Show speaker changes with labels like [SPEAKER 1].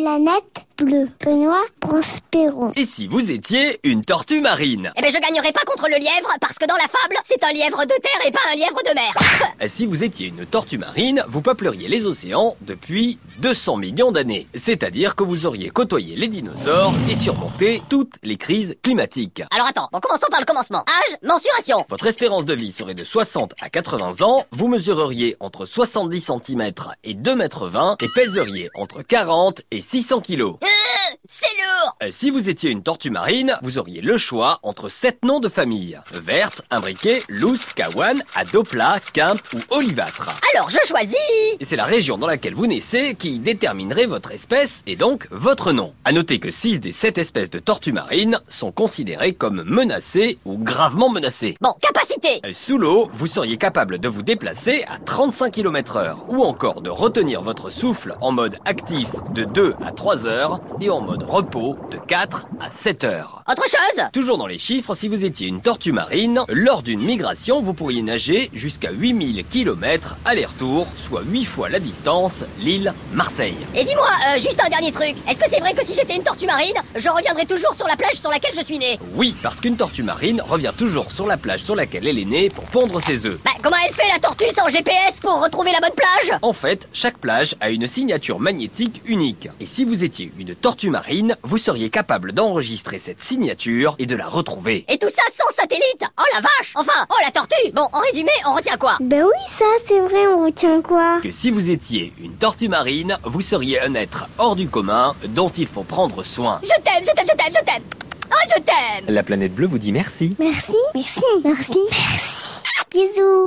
[SPEAKER 1] planète bleue. Benoît Prospero.
[SPEAKER 2] Et si vous étiez une tortue marine?
[SPEAKER 3] Eh ben je gagnerai pas contre le lièvre, parce que dans la fable, c'est un lièvre de terre et pas un lièvre de mer.
[SPEAKER 2] Si vous étiez une tortue marine, vous peupleriez les océans depuis 200 millions d'années. C'est-à-dire que vous auriez côtoyé les dinosaures et surmonté toutes les crises climatiques.
[SPEAKER 3] Alors attends, bon, commençons par le commencement. Âge, mensuration.
[SPEAKER 2] Votre espérance de vie serait de 60 à 80 ans, vous mesureriez entre 70 cm et 2,20 m et pèseriez entre 40 et 600 kg.
[SPEAKER 3] C'est lourd.
[SPEAKER 2] Si vous étiez une tortue marine, vous auriez le choix entre 7 noms de famille. Verte, imbriquée, lousse, caouane, adopla, quimpe ou olivâtre.
[SPEAKER 3] Alors je choisis...
[SPEAKER 2] Et c'est la région dans laquelle vous naissez qui déterminerait votre espèce et donc votre nom. À noter que 6 des 7 espèces de tortues marines sont considérées comme menacées ou gravement menacées.
[SPEAKER 3] Bon, capacité.
[SPEAKER 2] Sous l'eau, vous seriez capable de vous déplacer à 35 km/h ou encore de retenir votre souffle en mode actif de 2 à 3 heures et en mode repos de 4 à 7 heures.
[SPEAKER 3] Autre chose?
[SPEAKER 2] Toujours dans les chiffres, si vous étiez une tortue marine, lors d'une migration, vous pourriez nager jusqu'à 8000 km aller-retour, soit 8 fois la distance Lille-Marseille.
[SPEAKER 3] Et dis-moi, juste un dernier truc. Est-ce que c'est vrai que si j'étais une tortue marine, je reviendrais toujours sur la plage sur laquelle je suis né?
[SPEAKER 2] Oui, parce qu'une tortue marine revient toujours sur la plage sur laquelle elle est née pour pondre ses œufs.
[SPEAKER 3] Bah, comment elle fait la tortue sans GPS pour retrouver la bonne plage?
[SPEAKER 2] En fait, chaque plage a une signature magnétique unique. Et si vous étiez une tortue marine, vous seriez capable d'enregistrer cette signature et de la retrouver.
[SPEAKER 3] Et tout ça sans satellite? Oh la vache! Enfin, oh la tortue! Bon, en résumé, on retient quoi?
[SPEAKER 1] Ben oui, ça c'est vrai, on retient quoi?
[SPEAKER 2] Que si vous étiez une tortue marine, vous seriez un être hors du commun dont il faut prendre soin.
[SPEAKER 3] Je t'aime, je t'aime, je t'aime, je t'aime! Oh, je t'aime!
[SPEAKER 2] La planète bleue vous dit merci.
[SPEAKER 1] Merci. Merci. Merci. Merci. Bisous.